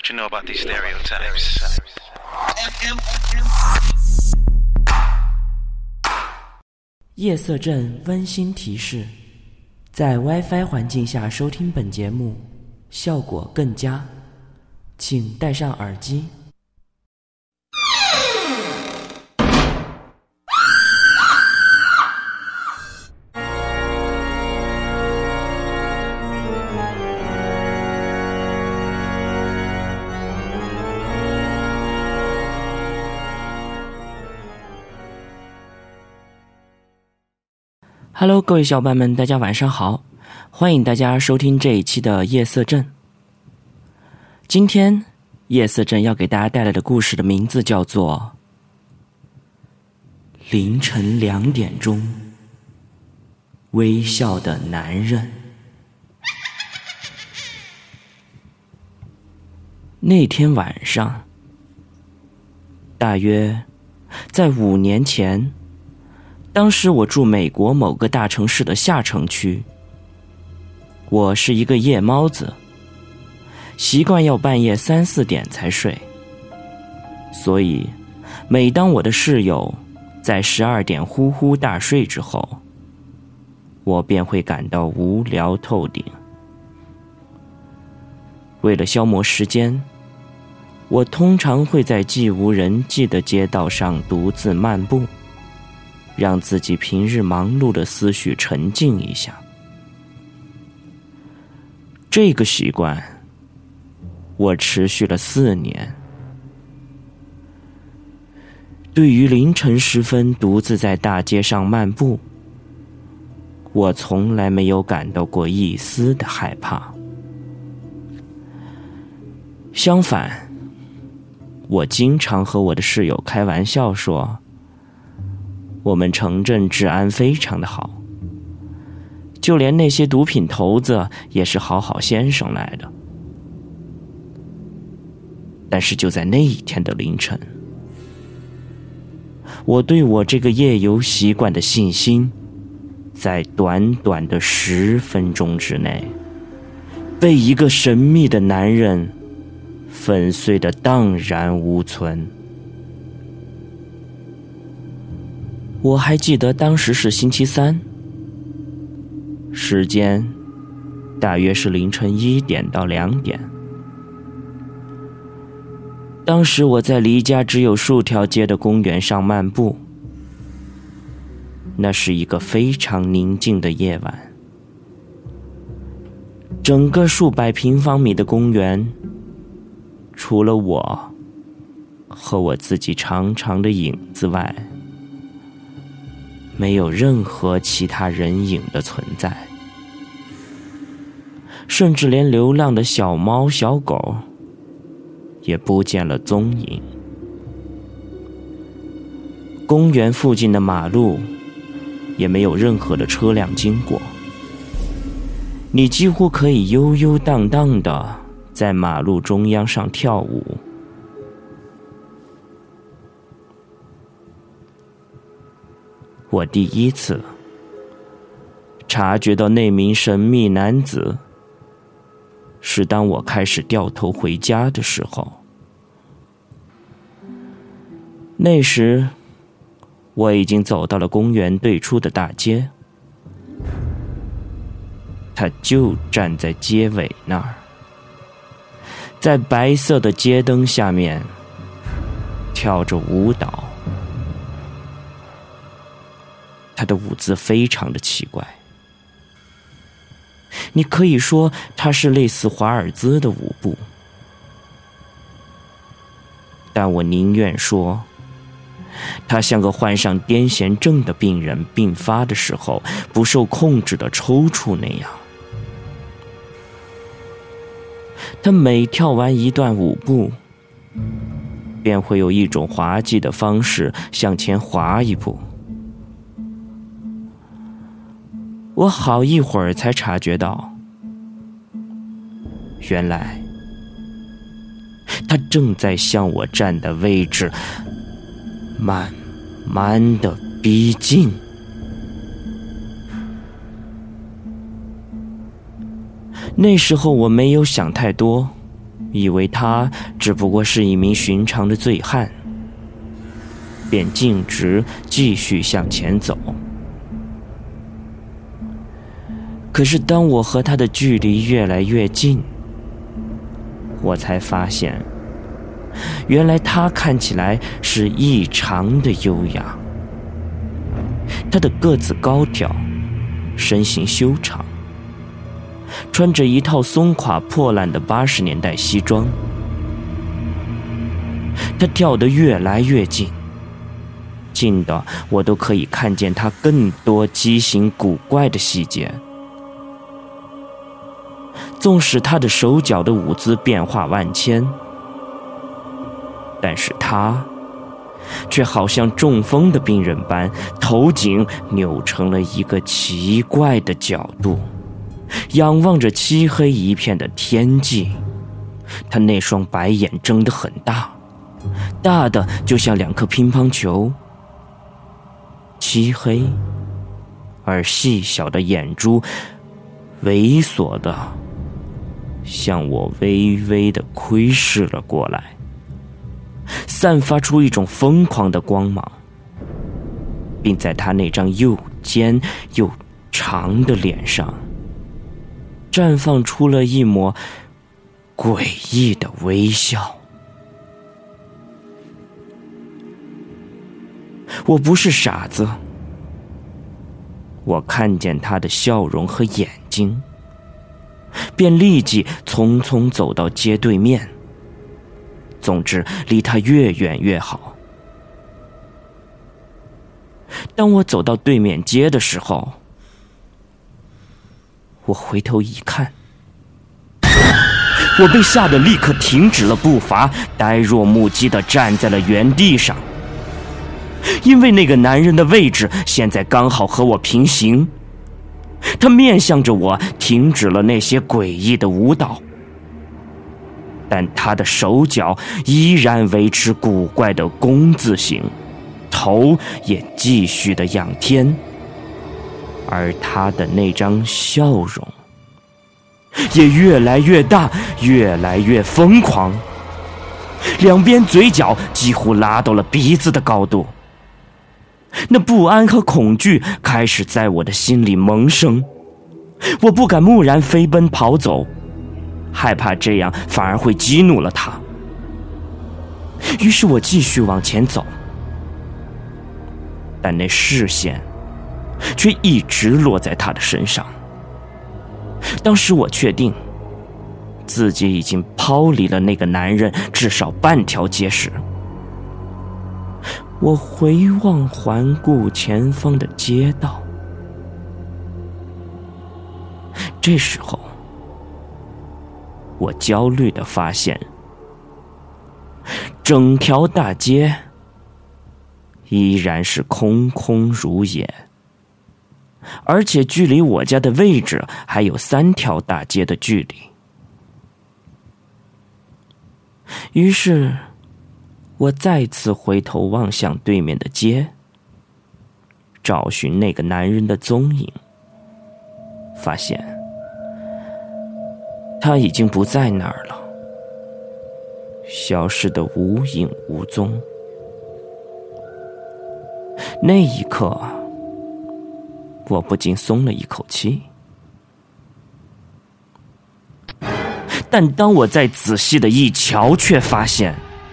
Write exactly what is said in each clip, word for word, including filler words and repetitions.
you know about these stereotypes? 夜色镇温馨提示：在 Wi-Fi 环境下收听本节目，效果更佳，请戴上耳机。Hello， 各位小伙伴们，大家晚上好，欢迎大家收听这一期的夜色镇。今天夜色镇要给大家带来的故事的名字叫做凌晨两点钟，微笑的男人。那天晚上，大约在五年前，当时我住美国某个大城市的下城区。我是一个夜猫子，习惯要半夜三四点才睡，所以每当我的室友在十二点呼呼大睡之后，我便会感到无聊透顶。为了消磨时间，我通常会在既无人迹的街道上独自漫步，让自己平日忙碌的思绪沉静一下。这个习惯我持续了四年。对于凌晨时分独自在大街上漫步，我从来没有感到过一丝的害怕。相反，我经常和我的室友开玩笑说，我们城镇治安非常的好，就连那些毒品头子也是好好先生来的。但是就在那一天的凌晨，我对我这个夜游习惯的信心，在短短的十分钟之内，被一个神秘的男人粉碎得荡然无存。我还记得当时是星期三，时间大约是凌晨一点到两点。当时我在离家只有数条街的公园上漫步，那是一个非常宁静的夜晚。整个数百平方米的公园，除了我和我自己长长的影子外，没有任何其他人影的存在，甚至连流浪的小猫小狗也不见了踪影。公园附近的马路也没有任何的车辆经过，你几乎可以悠悠荡荡地在马路中央上跳舞。我第一次察觉到那名神秘男子，是当我开始掉头回家的时候。那时我已经走到了公园对出的大街，他就站在街尾那儿，在白色的街灯下面跳着舞蹈。他的舞姿非常的奇怪，你可以说它是类似华尔兹的舞步，但我宁愿说他像个患上癫痫症的病人病发的时候不受控制的抽搐那样。他每跳完一段舞步，便会有一种滑稽的方式向前滑一步。我好一会儿才察觉到，原来他正在向我站的位置慢慢地逼近。那时候我没有想太多， 以为他只不过是一名寻常的醉汉，便径直继续向前走。可是当我和他的距离越来越近，我才发现，原来他看起来是异常的优雅。他的个子高挑，身形修长，穿着一套松垮破烂的八十年代西装。他跳得越来越近，近的我都可以看见他更多畸形古怪的细节。纵使他的手脚的舞姿变化万千，但是他却好像中风的病人般，头颈扭成了一个奇怪的角度，仰望着漆黑一片的天际。他那双白眼睁得很大，大的就像两颗乒乓球，漆黑而细小的眼珠猥琐的向我微微地窥视了过来，散发出一种疯狂的光芒，并在他那张又尖又长的脸上绽放出了一抹诡异的微笑。我不是傻子，我看见他的笑容和眼睛，便立即匆匆走到街对面，总之离他越远越好。当我走到对面街的时候，我回头一看，我被吓得立刻停止了步伐，呆若木鸡地站在了原地上。因为那个男人的位置现在刚好和我平行，他面向着我，停止了那些诡异的舞蹈，但他的手脚依然维持古怪的弓字形，头也继续的仰天，而他的那张笑容也越来越大，越来越疯狂，两边嘴角几乎拉到了鼻子的高度。那不安和恐惧开始在我的心里萌生，我不敢蓦然飞奔跑走，害怕这样反而会激怒了他。于是我继续往前走，但那视线却一直落在他的身上。当时我确定自己已经抛离了那个男人至少半条街时，我回望环顾前方的街道，这时候我焦虑地发现，整条大街依然是空空如也，而且距离我家的位置还有三条大街的距离。于是我再次回头望向对面的街，找寻那个男人的踪影，发现他已经不在那儿了，消失得无影无踪。那一刻，我不禁松了一口气。但当我再仔细的一瞧，却发现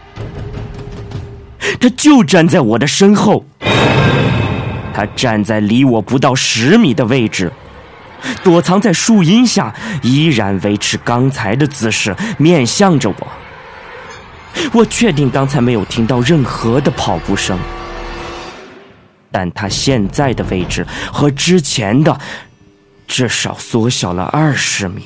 他就站在我的身后，他站在离我不到十米的位置，躲藏在树荫下，依然维持刚才的姿势，面向着我。我确定刚才没有听到任何的跑步声，但他现在的位置和之前的至少缩小了二十米，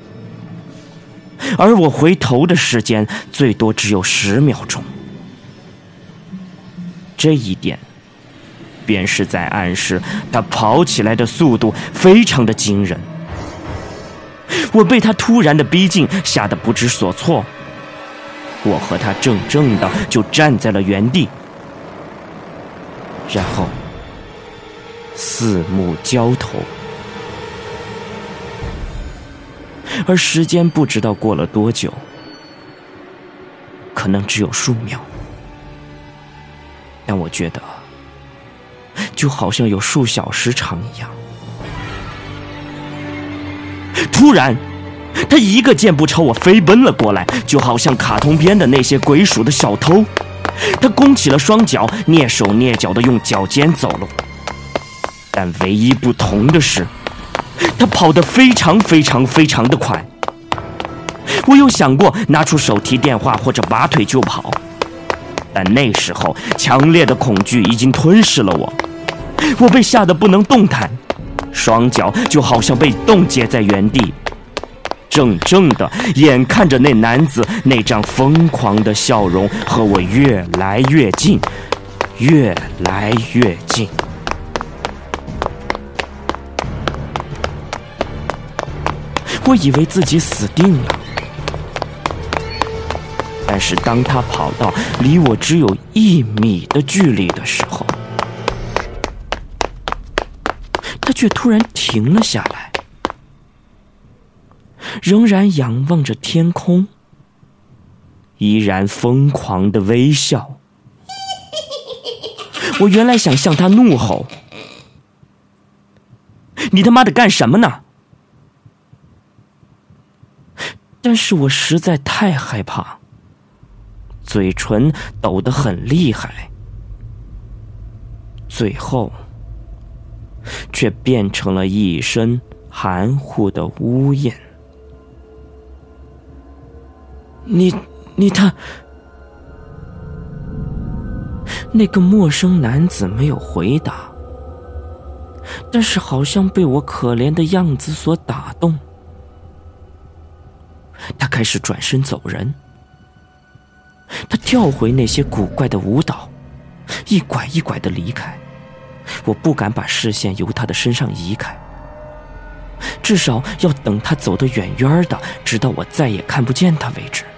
而我回头的时间最多只有十秒钟。这一点便是在暗示他跑起来的速度非常的惊人。我被他突然的逼近吓得不知所措，我和他正正的就站在了原地，然后四目交投。而时间不知道过了多久， 可能只有数秒，但我觉得就好像有数小时长一样。突然他一个箭步朝我飞奔了过来，就好像卡通片的那些鬼鼠的小偷。他弓起了双脚，蹑手蹑脚地用脚尖走路，但唯一不同的是，他跑得非常非常非常的快。我有想过拿出手提电话或者拔腿就跑，但那时候强烈的恐惧已经吞噬了我，我被吓得不能动弹，双脚就好像被冻结在原地，怔怔的眼看着那男子那张疯狂的笑容和我越来越近，越来越近。我以为自己死定了，但是当他跑到离我只有一米的距离的时候，他却突然停了下来，仍然仰望着天空，依然疯狂的微笑。我原来想向他怒吼：“你他妈的干什么呢？”但是我实在太害怕，嘴唇抖得很厉害，最后却变成了一声含糊的呜咽。你你他那个陌生男子没有回答，但是好像被我可怜的样子所打动，他开始转身走人。他跳回那些古怪的舞蹈，一拐一拐地离开。我不敢把视线由他的身上移开，至少要等他走得远远的，直到我再也看不见他为止。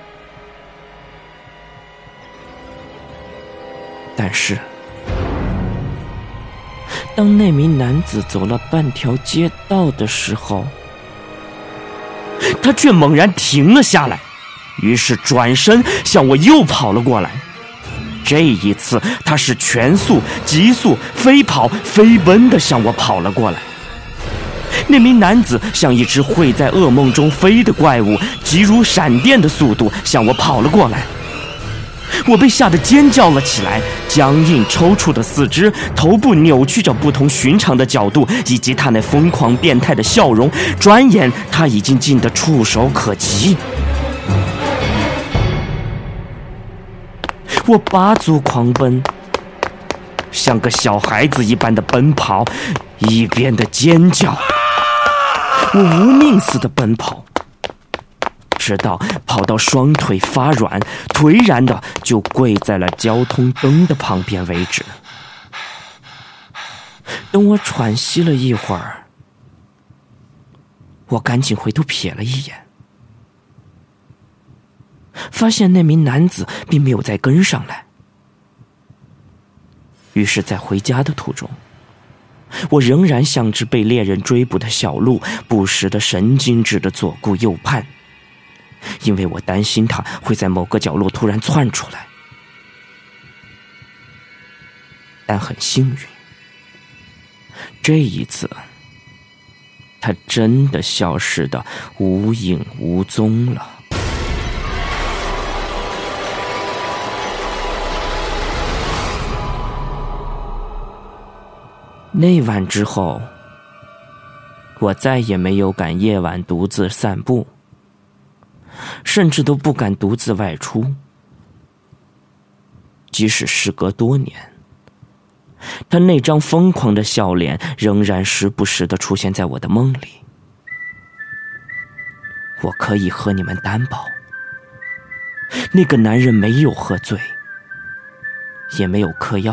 但是当那名男子走了半条街道的时候，他却猛然停了下来，于是转身向我又跑了过来。这一次他是全速、急速、飞跑、飞奔地向我跑了过来。那名男子像一只会在噩梦中飞的怪物，急如闪电的速度向我跑了过来。我被吓得尖叫了起来，僵硬抽搐的四肢，头部扭曲着不同寻常的角度，以及他那疯狂变态的笑容，转眼他已经近得触手可及。我拔足狂奔，像个小孩子一般的奔跑，一边的尖叫。我无命似的奔跑，直到跑到双腿发软，颓然的就跪在了交通灯的旁边为止。等我喘息了一会儿，我赶紧回头瞥了一眼，发现那名男子并没有再跟上来。于是在回家的途中，我仍然像只被猎人追捕的小鹿，不时的神经质的左顾右盼，因为我担心他会在某个角落突然窜出来。但很幸运，这一次他真的消失得无影无踪了。那晚之后，我再也没有敢夜晚独自散步，甚至都不敢独自外出。即使时隔多年，他那张疯狂的笑脸仍然时不时地出现在我的梦里。我可以和你们担保，那个男人没有喝醉，也没有嗑药。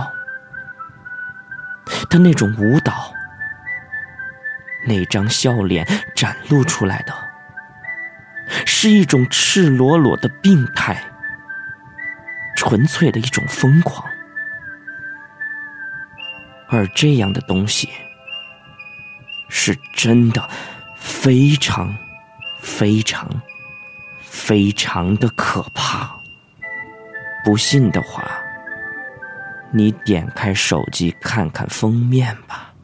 他那种舞蹈，那张笑脸展露出来的，是一种赤裸裸的病态，纯粹的一种疯狂。而这样的东西，是真的非常非常非常的可怕。 不信的话，你点开手机看看封面吧。